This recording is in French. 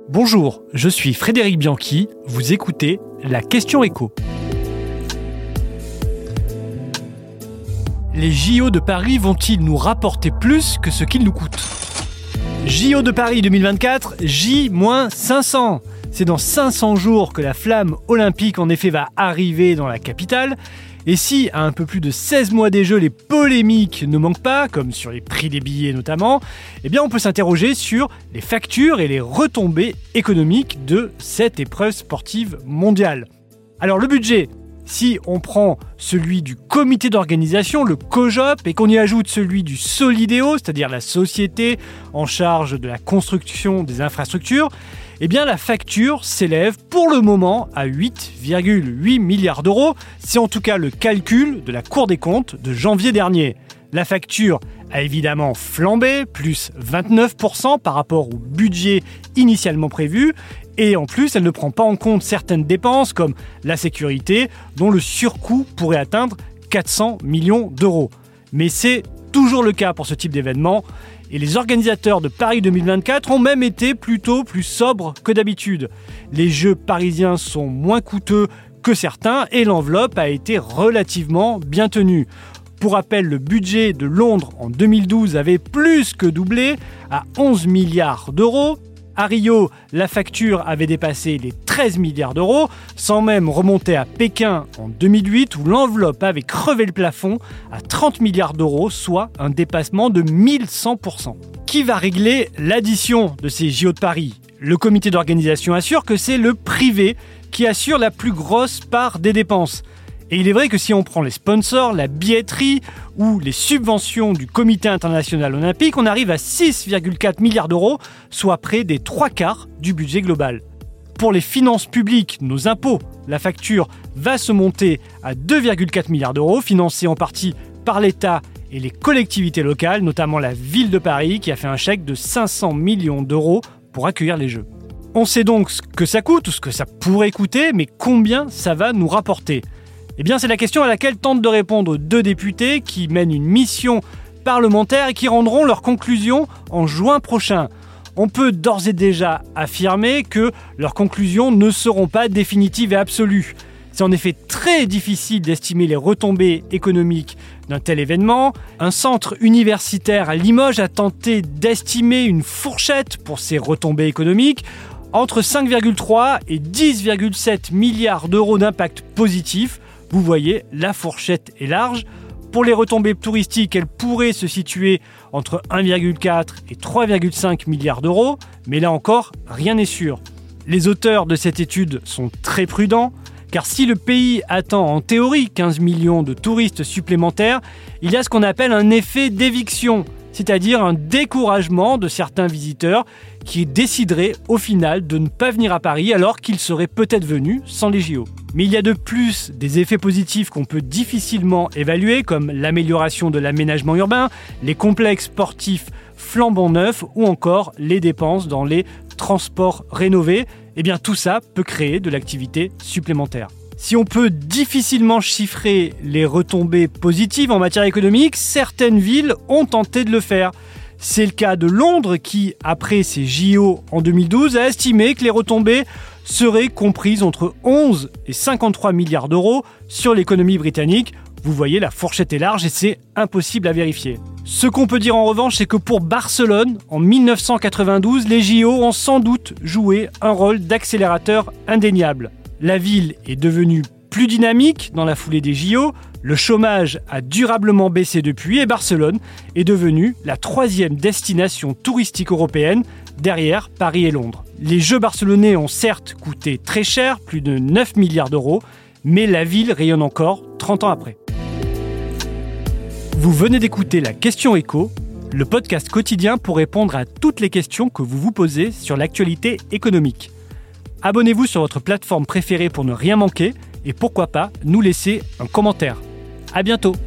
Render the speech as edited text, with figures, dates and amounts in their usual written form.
Bonjour, je suis Frédéric Bianchi, vous écoutez La Question Éco. Les JO de Paris vont-ils nous rapporter plus que ce qu'ils nous coûtent ? JO de Paris 2024, J-500. C'est dans 500 jours que la flamme olympique en effet va arriver dans la capitale. Et si, à un peu plus de 16 mois des Jeux, les polémiques ne manquent pas, comme sur les prix des billets notamment, eh bien on peut s'interroger sur les factures et les retombées économiques de cette épreuve sportive mondiale. Alors le budget, si on prend celui du comité d'organisation, le COJOP, et qu'on y ajoute celui du Solideo, c'est-à-dire la société en charge de la construction des infrastructures, eh bien la facture s'élève pour le moment à 8,8 milliards d'euros. C'est en tout cas le calcul de la Cour des comptes de janvier dernier. La facture a évidemment flambé, plus 29% par rapport au budget initialement prévu. Et en plus, elle ne prend pas en compte certaines dépenses comme la sécurité, dont le surcoût pourrait atteindre 400 millions d'euros. Mais c'est toujours le cas pour ce type d'événement. Et les organisateurs de Paris 2024 ont même été plutôt plus sobres que d'habitude. Les Jeux parisiens sont moins coûteux que certains et l'enveloppe a été relativement bien tenue. Pour rappel, le budget de Londres en 2012 avait plus que doublé à 11 milliards d'euros. À Rio, la facture avait dépassé les 13 milliards d'euros, sans même remonter à Pékin en 2008 où l'enveloppe avait crevé le plafond à 30 milliards d'euros, soit un dépassement de 1100%. Qui va régler l'addition de ces JO de Paris ? Le comité d'organisation assure que c'est le privé qui assure la plus grosse part des dépenses. Et il est vrai que si on prend les sponsors, la billetterie ou les subventions du Comité international olympique, on arrive à 6,4 milliards d'euros, soit près des 3/4 du budget global. Pour les finances publiques, nos impôts, la facture va se monter à 2,4 milliards d'euros, financés en partie par l'État et les collectivités locales, notamment la ville de Paris, qui a fait un chèque de 500 millions d'euros pour accueillir les Jeux. On sait donc ce que ça coûte, ou ce que ça pourrait coûter, mais combien ça va nous rapporter ? Eh bien, c'est la question à laquelle tentent de répondre deux députés qui mènent une mission parlementaire et qui rendront leurs conclusions en juin prochain. On peut d'ores et déjà affirmer que leurs conclusions ne seront pas définitives et absolues. C'est en effet très difficile d'estimer les retombées économiques d'un tel événement. Un centre universitaire à Limoges a tenté d'estimer une fourchette pour ces retombées économiques entre 5,3 et 10,7 milliards d'euros d'impact positif. Vous voyez, la fourchette est large. Pour les retombées touristiques, elles pourraient se situer entre 1,4 et 3,5 milliards d'euros. Mais là encore, rien n'est sûr. Les auteurs de cette étude sont très prudents, car si le pays attend en théorie 15 millions de touristes supplémentaires, il y a ce qu'on appelle un effet d'éviction, c'est-à-dire un découragement de certains visiteurs qui décideraient au final de ne pas venir à Paris alors qu'ils seraient peut-être venus sans les JO. Mais il y a de plus des effets positifs qu'on peut difficilement évaluer, comme l'amélioration de l'aménagement urbain, les complexes sportifs flambant neufs ou encore les dépenses dans les transports rénovés. Eh bien tout ça peut créer de l'activité supplémentaire. Si on peut difficilement chiffrer les retombées positives en matière économique, certaines villes ont tenté de le faire. C'est le cas de Londres qui, après ses JO en 2012, a estimé que les retombées seraient comprises entre 11 et 53 milliards d'euros sur l'économie britannique. Vous voyez, la fourchette est large et c'est impossible à vérifier. Ce qu'on peut dire en revanche, c'est que pour Barcelone, en 1992, les JO ont sans doute joué un rôle d'accélérateur indéniable. La ville est devenue plus dynamique dans la foulée des JO, le chômage a durablement baissé depuis et Barcelone est devenue la 3e destination touristique européenne derrière Paris et Londres. Les Jeux barcelonais ont certes coûté très cher, plus de 9 milliards d'euros, mais la ville rayonne encore 30 ans après. Vous venez d'écouter La Question Éco, le podcast quotidien pour répondre à toutes les questions que vous vous posez sur l'actualité économique. Abonnez-vous sur votre plateforme préférée pour ne rien manquer et pourquoi pas nous laisser un commentaire. À bientôt.